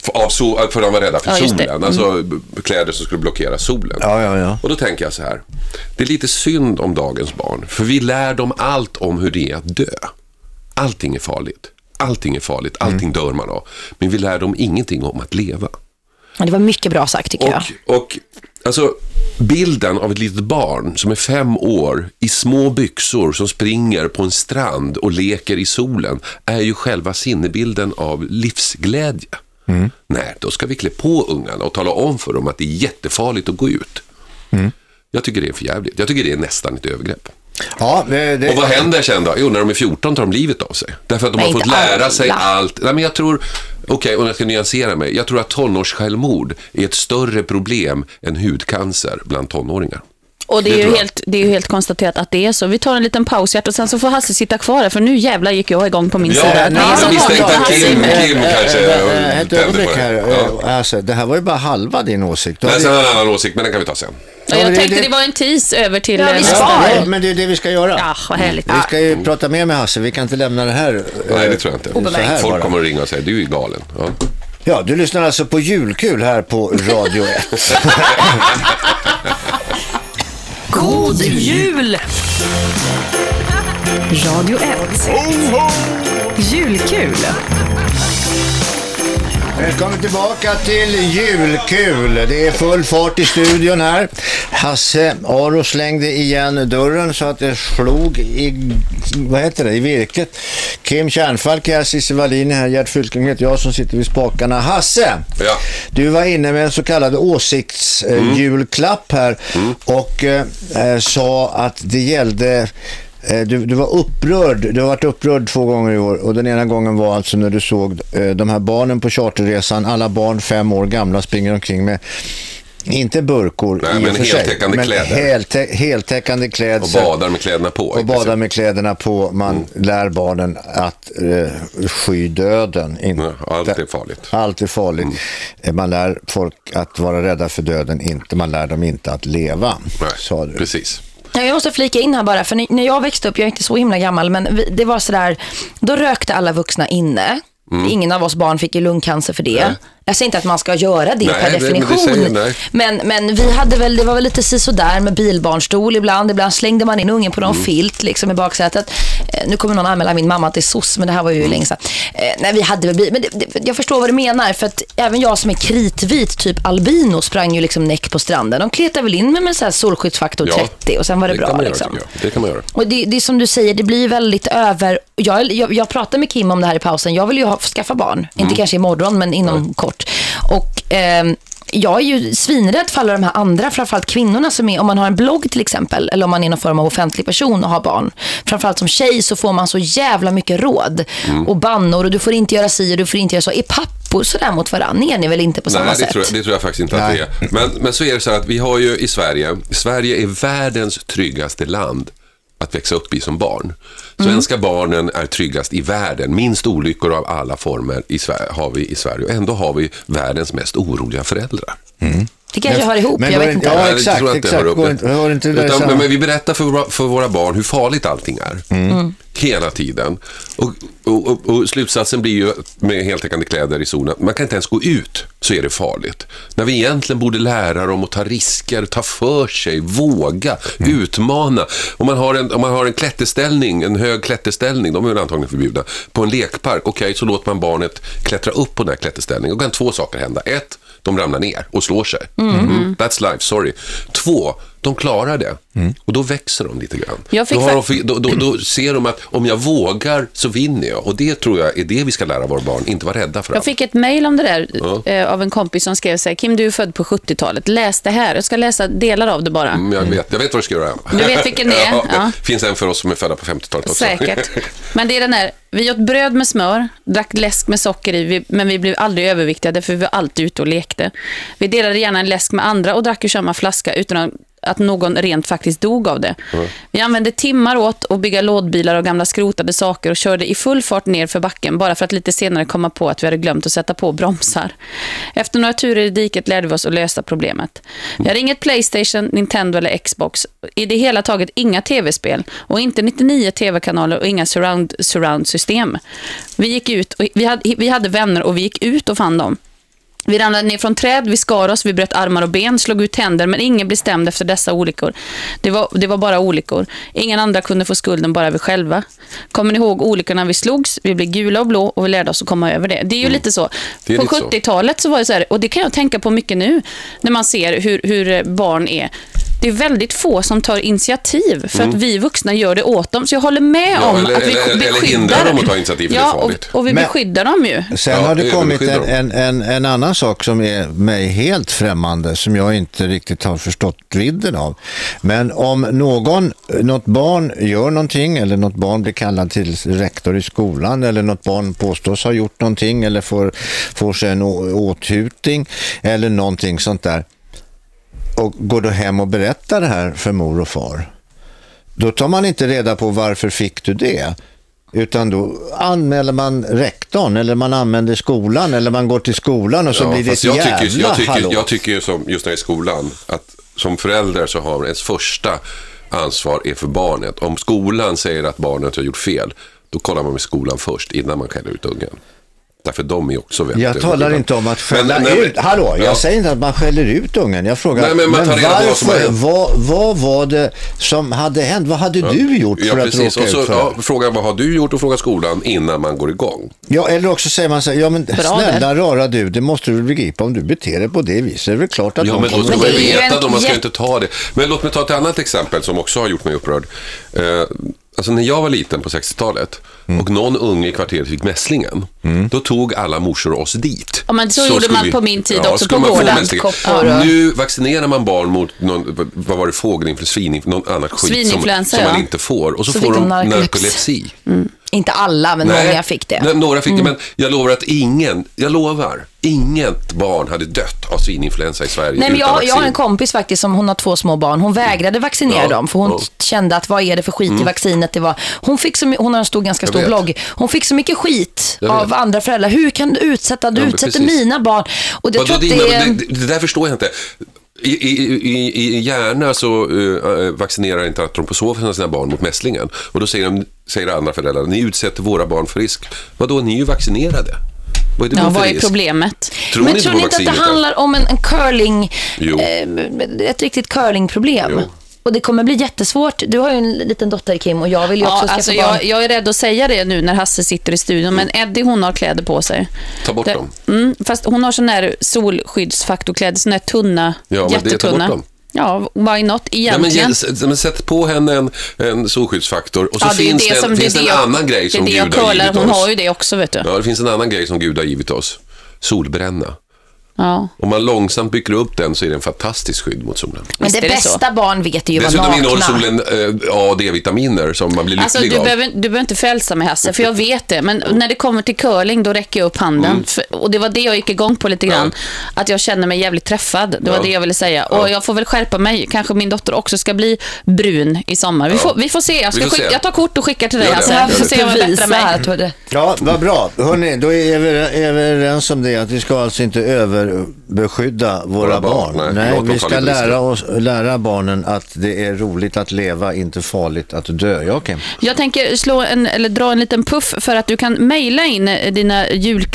för de var rädda för solen. Alltså kläder som skulle blockera solen. Ja. Och då tänker jag så här, det är lite synd om dagens barn. För vi lär dem allt om hur det är att dö. Allting är farligt. Allting dör man av. Men vi lär dem ingenting om att leva. Ja, det var mycket bra sagt tycker jag. Och alltså, bilden av ett litet barn som är 5 år i små byxor som springer på en strand och leker i solen är ju själva sinnebilden av livsglädje. Nej, då ska vi klä på ungarna och tala om för dem att det är jättefarligt att gå ut. Jag tycker det är för jävligt. Jag tycker det är nästan ett övergrepp. Ja, och vad händer sen då? Jo, när de är 14 tar de livet av sig. Därför att de har fått lära sig allt. Nej, men jag tror, och jag ska nyansera mig. Jag tror att tonårssjälvmord är ett större problem än hudcancer bland tonåringar. Och det är ju helt konstaterat att det är så. Vi tar en liten paus och sen så får Hasse sitta kvar här, för nu jävlar gick jag igång på min sida. Ja, vi tänkte att Kim kanske ett ögonblick här. Alltså, det här var ju bara halva din åsikt. Nej, sen har en annan åsikt, men den kan vi ta sen. Ja, jag tänkte det var en tease över till... Ja, men det är det vi ska göra. Ja, vad härligt. Vi ska ju prata mer med Hasse. Vi kan inte lämna det här. Nej, det tror jag inte. Folk kommer att ringa och säga, du är ju galen. Ja, du lyssnar alltså på Julkul här på Radio 1. God jul! Radio 1. Julkul. Välkommen tillbaka till Julkul. Det är full fart i studion här. Hasse Aro slängde igen dörren så att det slog i virket. Kim Kärnfalk är Cissi Wallin här, Gert Fylking heter jag som sitter vid spakarna. Hasse, du var inne med en så kallad åsiktsjulklapp här och sa att det gällde... Du var upprörd, du har varit upprörd 2 gånger i år och den ena gången var alltså när du såg de här barnen på charterresan, alla barn 5 år gamla springer omkring med inte burkor. Nej, men heltäckande kläder. Heltäckande klädsel. Och badar med kläderna på. Och badar med kläderna på. Man lär barnen att sky döden. Allt är farligt. Allt är farligt. Man lär folk att vara rädda för döden, inte. Man lär dem inte att leva. Nej, sa du. Precis. Jag måste flika in här bara, för när jag växte upp, jag är inte så himla gammal, men det var sådär, då rökte alla vuxna inne. Ingen av oss barn fick ju lungcancer för det. Jag säger inte att man ska göra det per definition. Men vi hade väl, det var väl lite sådär med bilbarnstol ibland slängde man in ungen på någon filt liksom i baksätet. Nu kommer någon anmäla min mamma till SOS, men det här var ju länge sedan. Nej, vi hade väl men jag förstår vad du menar, för att även jag som är kritvit, typ albino, sprang ju liksom näck på stranden. De kletade väl in med så här solskyddsfaktor 30 och sen var det bra liksom. Det kan man göra. Och det är som du säger, det blir väldigt över. Jag pratade med Kim om det här i pausen. Jag vill ju skaffa barn. Inte kanske imorgon, men inom kort. Och jag är ju svinrädd för alla de här andra, framförallt kvinnorna som är, om man har en blogg till exempel, eller om man är någon form av offentlig person och har barn. Framförallt som tjej så får man så jävla mycket råd och bannor, och du får inte göra si och du får inte göra så. Är pappor sådär mot varandra? Är ni väl inte på samma sätt? Det tror jag faktiskt inte att det är. Men så är det så att vi har ju i Sverige är världens tryggaste land att växa upp i som barn. Svenska barnen är tryggast i världen. Minst olyckor av alla former har vi i Sverige. Och ändå har vi världens mest oroliga föräldrar. Det kanske hör ihop, jag vet inte. Ja, exakt. Men vi berättar för våra barn hur farligt allting är. Hela tiden. Och slutsatsen blir ju med heltäckande kläder i zonen. Man kan inte ens gå ut, så är det farligt. När vi egentligen borde lära dem att ta risker, ta för sig, våga, utmana. Om man har en klätterställning, en hög klätterställning, de är väl antagligen förbjudna, på en lekpark. Okej, så låter man barnet klättra upp på den här klätterställningen. Då kan 2 saker hända. 1, de ramlar ner och slår sig. That's life, sorry. 2, de klarar det. Och då växer de lite grann. Då ser de att om jag vågar så vinner jag. Och det tror jag är det vi ska lära våra barn, inte vara rädda för. Jag fick ett mejl om det där av en kompis som skrev så här: Kim, du är född på 70-talet. Läs det här. Jag ska läsa delar av det bara. Jag vet vad du ska göra. Du vet vilken det är? Ja. Finns en för oss som är födda på 50-talet också. Säkert. Men det är den här: vi åt bröd med smör, drack läsk med socker i, men vi blev aldrig överviktiga därför vi var alltid ute och lekte. Vi delade gärna en läsk med andra och drack ur samma flaska utan att någon rent faktiskt dog av det. Vi använde timmar åt att bygga lådbilar och gamla skrotade saker och körde i full fart ner för backen bara för att lite senare komma på att vi hade glömt att sätta på bromsar. Efter några turer i diket lärde vi oss att lösa problemet. Vi hade inget PlayStation, Nintendo eller Xbox. I det hela taget inga tv-spel och inte 99 tv-kanaler och inga surround-system. Vi gick ut och vi hade vänner och vi gick ut och fann dem. Vi ramlade ner från träd, vi skar oss, vi bröt armar och ben, slog ut tänder, men ingen blev stämd efter dessa olyckor. Det var bara olyckor. Ingen andra kunde få skulden, bara vi själva. Kommer ni ihåg olyckorna vi slogs? Vi blev gula och blå och vi lärde oss att komma över det. Det är ju lite så. På 70-talet så var det så här, och det kan jag tänka på mycket nu när man ser hur barn är. Det är väldigt få som tar initiativ för att vi vuxna gör det åt dem. Så jag håller med om att vi eller hindrar dem att ta initiativ, för det är farligt. Och vi beskyddar dem ju. Sen har det kommit en annan sak som är mig helt främmande, som jag inte riktigt har förstått vidden av. Men om något barn gör någonting, eller något barn blir kallad till rektor i skolan, eller något barn påstås ha gjort någonting, eller får sig en åthutning eller någonting sånt där. och går då hem och berättar det här för mor och far, då tar man inte reda på varför fick du det, utan då anmäler man rektorn, eller man använder skolan, eller man går till skolan och så blir det ett jag tycker ju som just när i skolan att som förälder så har man ens första ansvar är för barnet. Om skolan säger att barnet har gjort fel, då kollar man med skolan först innan man skäller ut ungen. Därför de är också väldigt... Jag talar inte om att skälla ut. Hallå, jag säger inte att man skäller ut ungen. Jag frågar, men varför? Vad var det som hade hänt? Vad hade du gjort för att råka ut för? Fråga vad har du gjort och fråga skolan innan man går igång. Ja, eller också säger man så här, ja men snälla rara du, det måste du begripa, om du beter dig på det viset. Det är väl klart att men då ska man veta att man ska inte ta det. Men låt mig ta ett annat exempel som också har gjort mig upprörd. Alltså när jag var liten på 60-talet och någon unge i kvarteret fick mässlingen, då tog alla morsor oss dit. Ja, men så gjorde man på min tid också på gården. Nu vaccinerar man barn mot någon, vad var det, fågelinfluensa, någon annan skit som man inte får. Och så får de narkolepsi. Inte alla, men många fick det. Några fick det, men jag lovar att inget barn hade dött av svininfluensa i Sverige. Nej, men jag har en kompis faktiskt som hon har 2 små barn. Hon vägrade vaccinera dem för hon kände att vad är det för skit i vaccinet det var. Hon har en ganska stor blogg. Hon fick så mycket skit av andra föräldrar. Hur kan du utsätta mina barn? Och det där förstår jag inte. I Järna så vaccinerar inte antroposoferna sina barn mot mässlingen. Och då säger andra föräldrar, ni utsätter våra barn för risk. Vadå, ni är ju vaccinerade. Vad är problemet? Tror ni inte att det handlar om en curling, ett riktigt curlingproblem? Jo. Och det kommer bli jättesvårt. Du har ju en liten dotter, Kim, och jag vill ju också skaffa barn. Jag är rädd att säga det nu när Hasse sitter i studion, men Eddie, hon har kläder på sig. Ta bort dem. Fast hon har sån här solskyddsfaktorkläder, sån här tunna, jättetunna. Ja, why not egentligen? Men sätt på henne en solskyddsfaktor och så finns det en annan grej som Gud har givit oss. Hon har ju det också, vet du. Ja, det finns en annan grej som Gud har givit oss. Solbränna. Ja. Om man långsamt bygger upp den så är det en fantastisk skydd mot solen. Men det bästa barn vet ju vad nakna. Dessutom innehåller solen A- och D-vitaminer som man blir lycklig av. Du behöver inte frälsa mig, Hasse, för jag vet det. Men när det kommer till curling, då räcker jag upp handen. Och det var det jag gick igång på lite grann. Att jag känner mig jävligt träffad. Det var det jag ville säga. Och jag får väl skärpa mig. Kanske min dotter också ska bli brun i sommar. Vi får se. Jag tar kort och skickar till dig, Hasse. Vi får se om jag bättrar mig. Ja, vad bra. Hörrni, då är vi överens om det. Att vi ska alltså inte beskydda våra barn. Nej, vi ska lära barnen att det är roligt att leva, inte farligt att dö. Joakim. Jag tänker dra en liten puff för att du kan mejla in dina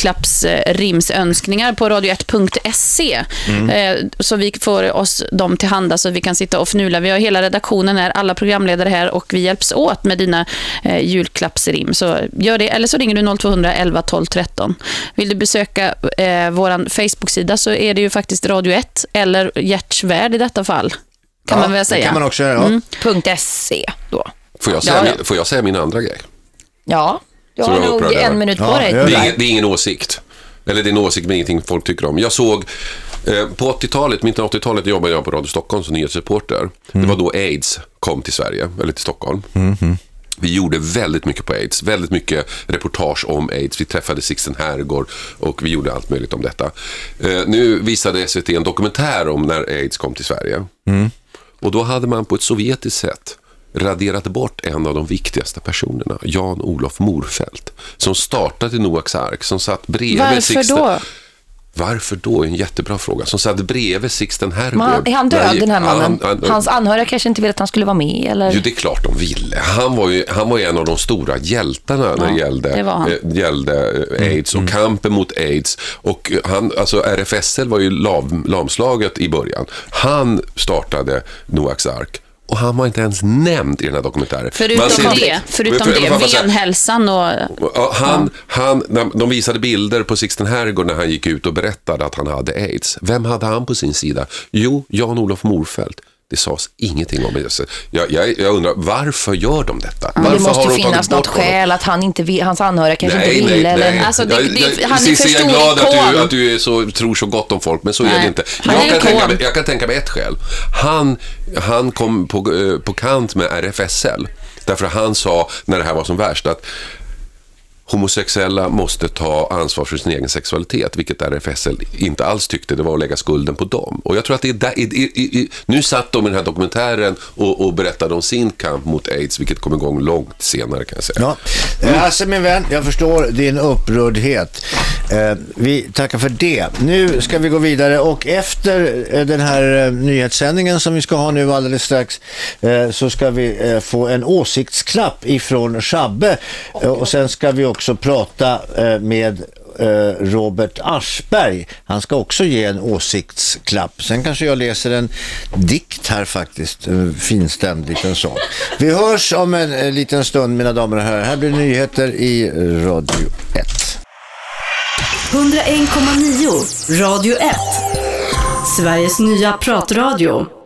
julklappsrimsönskningar på radio1.se så vi får oss dem till handa så vi kan sitta och fnula. Vi har hela redaktionen här, alla programledare här och vi hjälps åt med dina julklappsrim. Så gör det, eller så ringer du 0200 11 12 13. Vill du besöka våran Facebook-sida så är det ju faktiskt Radio 1 eller Gerts Värld i detta fall. Kan man väl säga. Det kan man också göra. .se då. Får jag säga min andra grej? Ja, jag har nog en minut på dig. Det är ingen åsikt. Eller det är en åsikt med ingenting folk tycker om. Jag såg på 80-talet, mitten av 80-talet jobbade jag på Radio Stockholm som nyhetsreporter. Det var då AIDS kom till Sverige, eller till Stockholm. Vi gjorde väldigt mycket på AIDS, väldigt mycket reportage om AIDS. Vi träffade Sixten Herrgård och vi gjorde allt möjligt om detta. Nu visade SVT en dokumentär om när AIDS kom till Sverige. Och då hade man på ett sovjetiskt sätt raderat bort en av de viktigaste personerna, Jan-Olof Morfält, som startade Noaks ark, som satt bredvid Sixten. Varför då? Varför då? En jättebra fråga. Som satt bredvid Sixten Herrgård. Är han död, den här mannen? Hans anhöriga kanske inte ville att han skulle vara med, eller? Jo, det är klart de ville. Han var ju en av de stora hjältarna när det gällde AIDS och kampen mot AIDS. Och RFSL var ju lamslaget i början. Han startade Noaks ark. Och han var inte ens nämnd i den här dokumentären. Förutom det, venhälsan och... De visade bilder på Sixten Herrgård när han gick ut och berättade att han hade AIDS. Vem hade han på sin sida? Jo, Jan-Olof Morfält. Det sades ingenting om det. Jag undrar, varför gör de detta? Det måste ju finnas något skäl att han inte vill, hans anhöriga kanske inte vill. Nej. Alltså, jag är glad att du tror så gott om folk, men så är det inte. Jag kan tänka mig ett skäl. Han kom på kant med RFSL. Därför han sa, när det här var som värst, att homosexuella måste ta ansvar för sin egen sexualitet, vilket RFSL inte alls tyckte. Det var att lägga skulden på dem. Och jag tror att det är där, nu satt de i den här dokumentären och berättade om sin kamp mot AIDS, vilket kom igång långt senare, kan jag säga. Ja. Alltså min vän, jag förstår din upprördhet. Vi tackar för det. Nu ska vi gå vidare, och efter den här nyhetssändningen som vi ska ha nu alldeles strax, så ska vi få en åsiktsklapp ifrån Shabbe, och sen ska vi också prata med Robert Aschberg. Han ska också ge en åsiktsklapp. Sen kanske jag läser en dikt här faktiskt. Finstämd liten sak. Vi hörs om en liten stund, mina damer och herrar. Här blir nyheter i Radio 1. 101,9 Radio 1. Sveriges nya pratradio.